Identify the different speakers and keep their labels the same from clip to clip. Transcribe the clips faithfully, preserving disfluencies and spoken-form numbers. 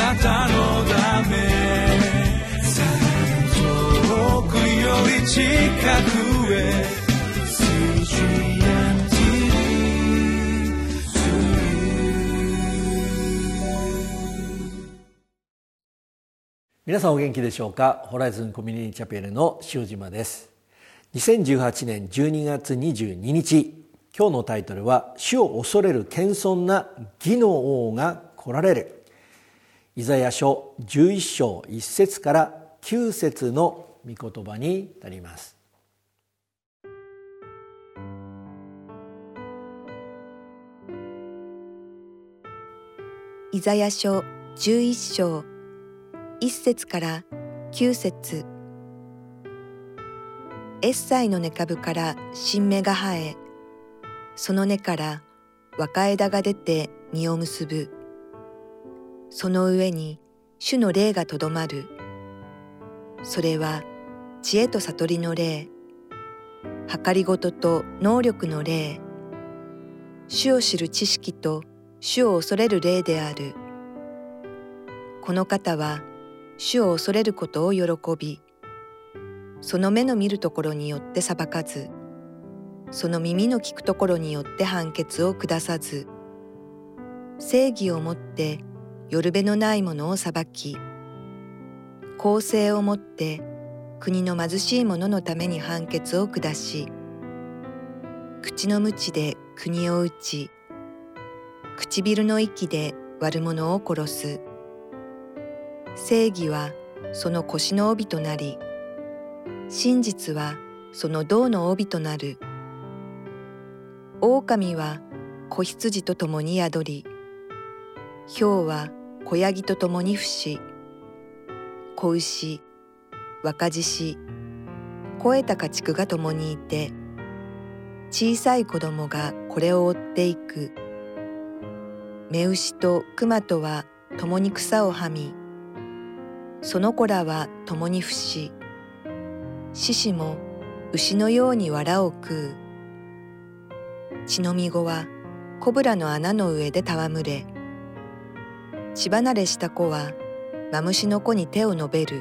Speaker 1: なたのため遠くより近くへ
Speaker 2: 皆さんお元気でしょうか。ホライズンコミュニティチャペルの塩島です。にせんじゅうはちねんじゅうにがつにじゅうににち、今日のタイトルは主を恐れる謙遜な義の王が来られる。イザヤ書じゅういっしょういっせつからきゅうせつの御言葉になります。
Speaker 3: イザヤ書じゅういっしょういっせつからきゅうせつ。エッサイの根株から新芽が生え、その根から若枝が出て実を結ぶ。その上に主の霊がとどまる。それは知恵と悟りの霊、計りごとと能力の霊、主を知る知識と主を恐れる霊である。この方は主を恐れることを喜び、その目の見るところによって裁かず、その耳の聞くところによって判決を下さず、正義をもってよるべのないものを裁き、公正をもって国の貧しい者のために判決を下し、口の鞭で国を打ち、唇の息で悪者を殺す。正義はその腰の帯となり、真実はその胴の帯となる。狼は子羊と共に宿り、豹は子ヤギと共に伏し、子牛、若獅子、肥えた家畜が共にいて、小さい子供がこれを追っていく。雌牛と熊とは共に草をはみ、その子らは共に伏し、獅子も牛のように藁を食う。血のみ子はコブラの穴の上で戯れ、血離れした子はマムシの子に手を伸べる。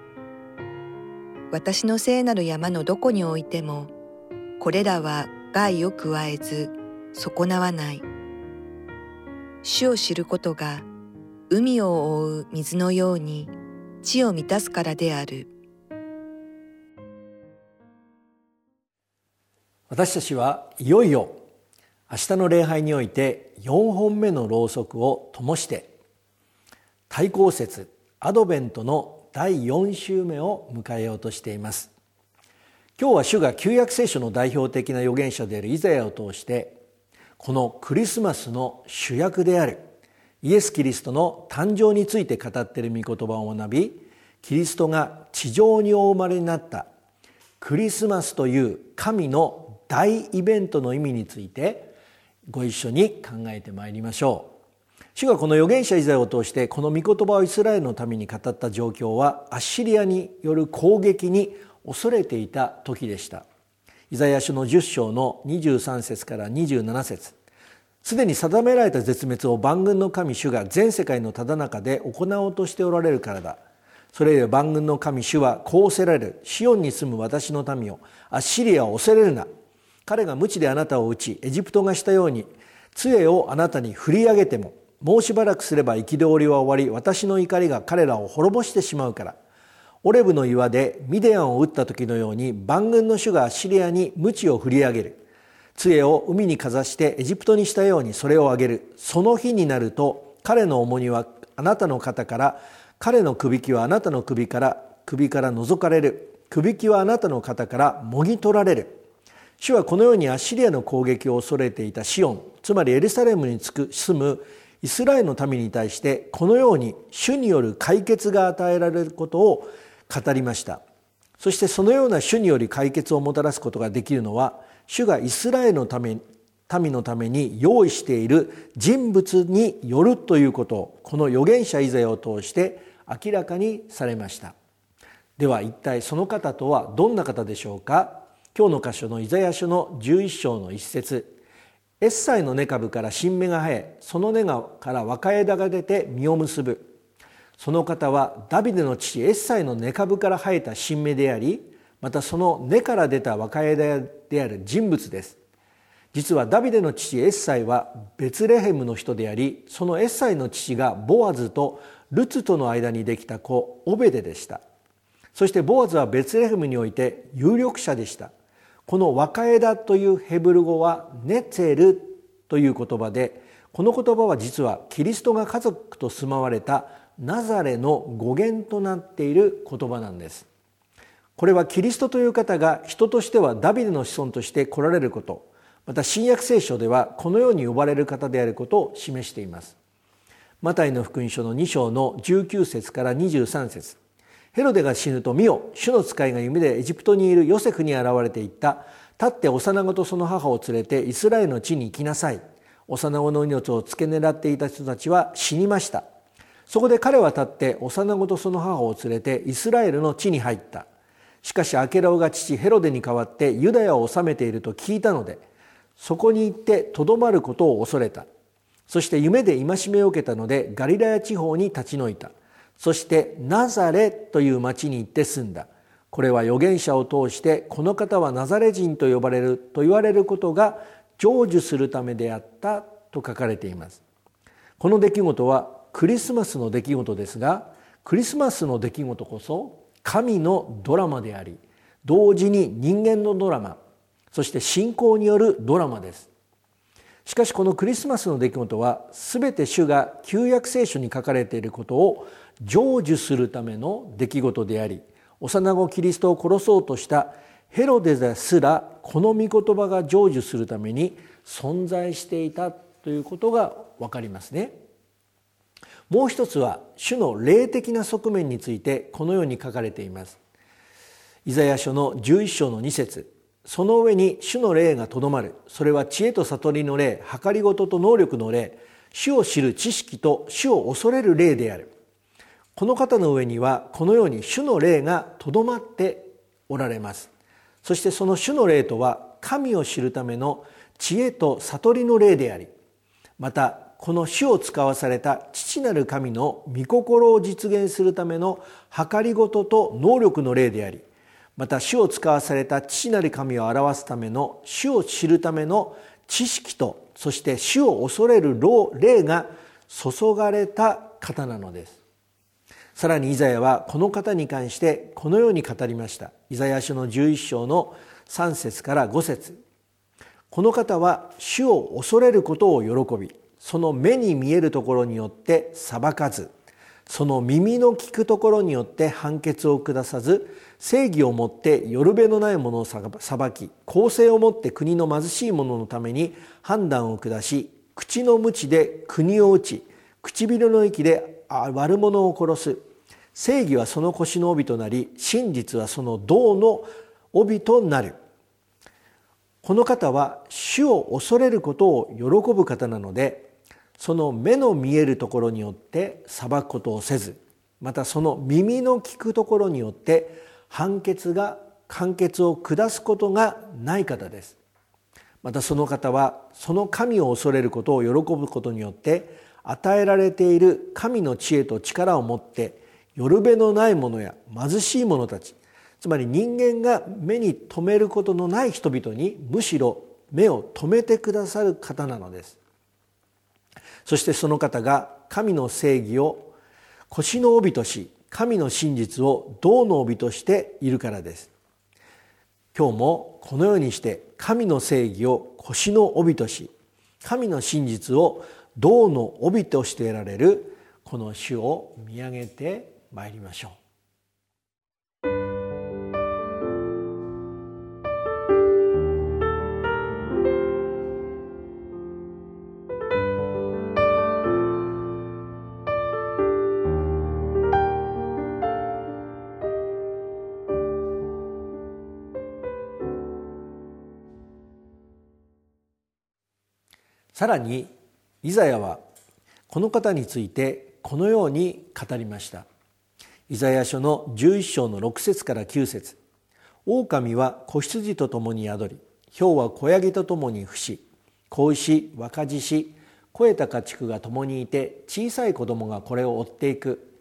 Speaker 3: 私の聖なる山のどこに置いても、これらは害を加えず損なわない。主を知ることが海を覆う水のように地を満たすからである。
Speaker 2: 私たちはいよいよ明日の礼拝においてよんほんめのろうそくを灯して、対抗節アドベントのだいよんしゅうめを迎えようとしています。今日は主が旧約聖書の代表的な預言者であるイザヤを通して、このクリスマスの主役であるイエス・キリストの誕生について語っている御言葉を学び、キリストが地上にお生まれになったクリスマスという神の大イベントの意味についてご一緒に考えてまいりましょう。主がこの預言者イザヤを通してこの御言葉をイスラエルのために語った状況は、アッシリアによる攻撃に恐れていた時でした。イザヤ書のじゅっしょうのにじゅうさんせつからにじゅうななせつ、すでに定められた絶滅を万軍の神主が全世界のただ中で行おうとしておられるからだ。それゆえ万軍の神主はこうおせられる。シオンに住む私の民を、アッシリアを恐れるな。彼が鞭であなたを打ち、エジプトがしたように杖をあなたに振り上げても、もうしばらくすれば憤りは終わり、私の怒りが彼らを滅ぼしてしまうから。オレブの岩でミディアンを撃った時のように、万軍の主がアッシリアに鞭を振り上げる。杖を海にかざしてエジプトにしたようにそれを上げる。その日になると、彼の重荷はあなたの肩から、彼のくびきはあなたの首から首から除かれる。くびきはあなたの肩からもぎ取られる。主はこのようにアッシリアの攻撃を恐れていたシオン、つまりエルサレムに住むイスラエルの民に対して、このように主による解決が与えられることを語りました。そしてそのような主により解決をもたらすことができるのは、主がイスラエルのため民のために用意している人物によるということを、この預言者イザヤを通して明らかにされました。では一体その方とはどんな方でしょうか。今日の箇所のイザヤ書のじゅういっしょうのいっせつ、エッサイの根株から新芽が生え、その根から若枝が出て実を結ぶ。 その方はダビデの父エッサイの根株から生えた新芽であり、またその根から出た若枝である人物です。実はダビデの父エッサイはベツレヘムの人であり、そのエッサイの父がボアズとルツとの間にできた子オベデでした。そしてボアズはベツレヘムにおいて有力者でした。この若枝というヘブル語はネツェルという言葉で、この言葉は実はキリストが家族と住まわれたナザレの語源となっている言葉なんです。これはキリストという方が人としてはダビデの子孫として来られること、また新約聖書ではこのように呼ばれる方であることを示しています。マタイの福音書のに章のじゅうきゅう節からにじゅうさん節。ヘロデが死ぬと見よ、主の使いが夢でエジプトにいるヨセフに現れていった。立って幼子とその母を連れてイスラエルの地に行きなさい。幼子の命を付け狙っていた人たちは死にました。そこで彼は立って幼子とその母を連れてイスラエルの地に入った。しかしアケラオが父ヘロデに代わってユダヤを治めていると聞いたので、そこに行ってとどまることを恐れた。そして夢で戒めを受けたのでガリラヤ地方に立ち退いた。そしてナザレという町に行って住んだ。これは預言者を通してこの方はナザレ人と呼ばれると言われることが成就するためであったと書かれています。この出来事はクリスマスの出来事ですが、クリスマスの出来事こそ神のドラマであり、同時に人間のドラマ、そして信仰によるドラマです。しかしこのクリスマスの出来事はすべて主が旧約聖書に書かれていることを成就するための出来事であり、幼子キリストを殺そうとしたヘロデですらこの御言葉が成就するために存在していたということが分かりますね。もう一つは主の霊的な側面についてこのように書かれています。イザヤ書のじゅういち章のに節。その上に主の霊がとどまる。それは知恵と悟りの霊、計りごとと能力の霊、主を知る知識と主を恐れる霊である。この方の上にはこのように主の霊がとどまっておられます。そしてその主の霊とは神を知るための知恵と悟りの霊であり、またこの主を使わされた父なる神の御心を実現するための計りごとと能力の霊であり、また主を使わされた父なる神を表すための主を知るための知識と、そして主を恐れる霊が注がれた方なのです。さらにイザヤはこの方に関してこのように語りました。イザヤ書のじゅういち章のさん節からご節。この方は主を恐れることを喜び、その目に見えるところによって裁かず、その耳の聞くところによって判決を下さず、正義をもってよるべのないものを裁き、公正をもって国の貧しい者のために判断を下し、口の鞭で国を打ち、唇の息で悪者を殺す。正義はその腰の帯となり、真実はその胴の帯となる。この方は主を恐れることを喜ぶ方なので、その目の見えるところによって裁くことをせず、またその耳の聞くところによって判決が判決を下すことがない方です。またその方はその神を恐れることを喜ぶことによって与えられている神の知恵と力を持ってよるべのない者や貧しい者たち、つまり人間が目に留めることのない人々にむしろ目を留めてくださる方なのです。そしてその方が神の正義を腰の帯とし、神の真実を胴の帯としているからです。今日もこのようにして神の正義を腰の帯とし、神の真実を胴の帯として得られるこの主を見上げてまいりましょう。さらにイザヤはこの方についてこのように語りました。イザヤ書のじゅういち章のろく節からきゅう節。狼は子羊と共に宿り、豹は子ヤギと共に伏し、子牛、若獅子、肥えた家畜が共にいて、小さい子供がこれを追っていく。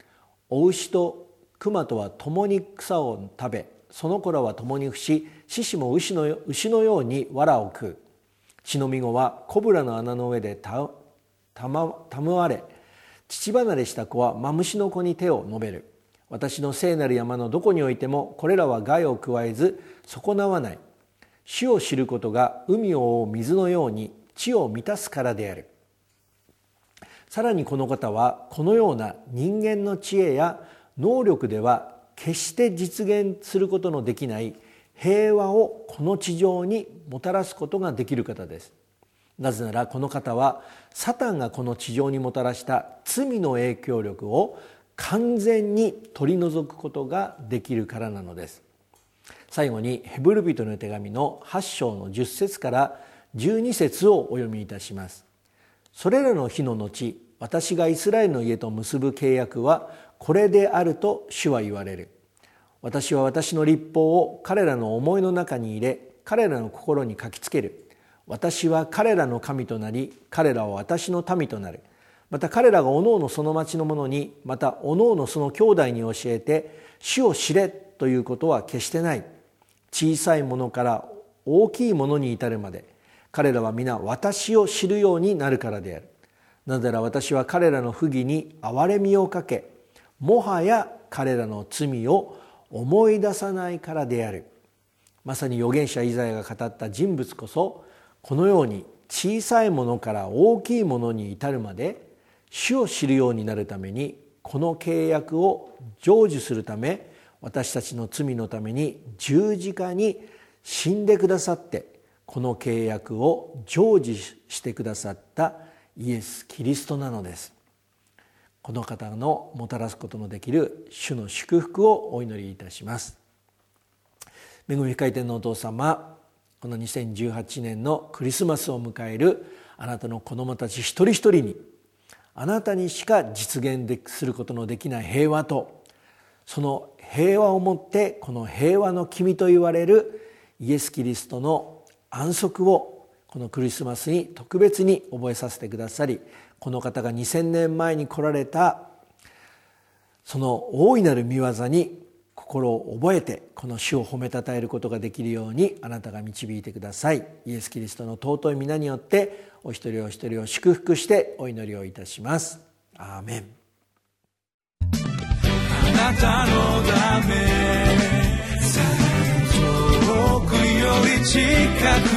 Speaker 2: お牛と熊とは共に草を食べ、その子らは共に伏し、獅子も牛の、牛のように藁を食う。血のみ子はコブラの穴の上でたたまたむわれ、乳離れした子はマムシの子に手を述べる。私の聖なる山のどこにおいてもこれらは害を加えず損なわない。主を知ることが海を覆う水のように地を満たすからである。さらにこの方はこのような人間の知恵や能力では決して実現することのできない平和をこの地上にもたらすことができる方です。なぜならこの方はサタンがこの地上にもたらした罪の影響力を完全に取り除くことができるからなのです。最後にヘブル人の手紙のはち章のじゅっ節からじゅうに節をお読みいたします。それらの日の後、私がイスラエルの家と結ぶ契約はこれであると主は言われる。私は私の律法を彼らの思いの中に入れ、彼らの心に書きつける。私は彼らの神となり、彼らは私の民となる。また彼らがおのおのその町の者に、またおのおのその兄弟に教えて、主を知れということは決してない。小さいものから大きいものに至るまで、彼らは皆私を知るようになるからである。なぜなら私は彼らの不義に憐れみをかけ、もはや彼らの罪を思い出さないからである。まさに預言者イザヤが語った人物こそ、このように小さいものから大きいものに至るまで主を知るようになるために、この契約を成就するため、私たちの罪のために十字架に死んでくださって、この契約を成就してくださったイエス・キリストなのです。この方のもたらすことのできる主の祝福をお祈りいたします。恵み深い天のお父様、このにせんじゅうはちねんのクリスマスを迎えるあなたの子どもたち一人一人に、あなたにしか実現することのできない平和と、その平和をもってこの平和の君と言われるイエス・キリストの安息をこのクリスマスに特別に覚えさせてくださり、この方がにせんねんまえに来られたその大いなる御業に心を覚えて、この主を褒めたたえることができるようにあなたが導いてください。イエス・キリストの尊い皆によってお一人お一人を祝福してお祈りをいたします。アーメン。
Speaker 1: あなたのため遠くより近く